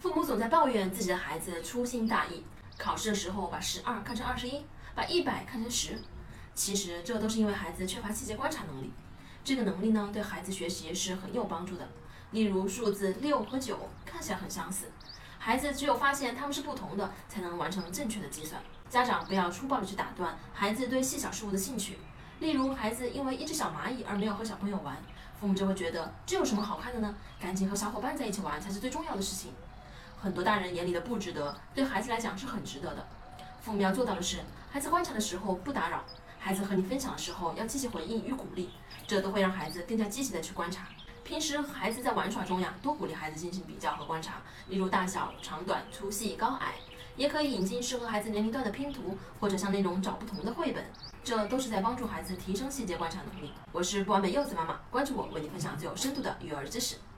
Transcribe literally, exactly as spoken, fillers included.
父母总在抱怨自己的孩子粗心大意，考试的时候把十二看成二十一，把一百看成十。其实这都是因为孩子缺乏细节观察能力。这个能力呢，对孩子学习是很有帮助的。例如数字六和九看起来很相似，孩子只有发现它们是不同的，才能完成正确的计算。家长不要粗暴的去打断孩子对细小事物的兴趣。例如，孩子因为一只小蚂蚁而没有和小朋友玩，父母就会觉得这有什么好看的呢？赶紧和小伙伴在一起玩才是最重要的事情。很多大人眼里的不值得，对孩子来讲是很值得的。父母要做到的是，孩子观察的时候不打扰，孩子和你分享的时候要积极回应与鼓励，这都会让孩子更加积极的去观察。平时和孩子在玩耍中呀，多鼓励孩子进行比较和观察，例如大小、长短、粗细、高矮，也可以引进适合孩子年龄段的拼图，或者像那种找不同的绘本，这都是在帮助孩子提升细节观察能力。我是不完美柚子妈妈，关注我，为你分享最有深度的育儿知识。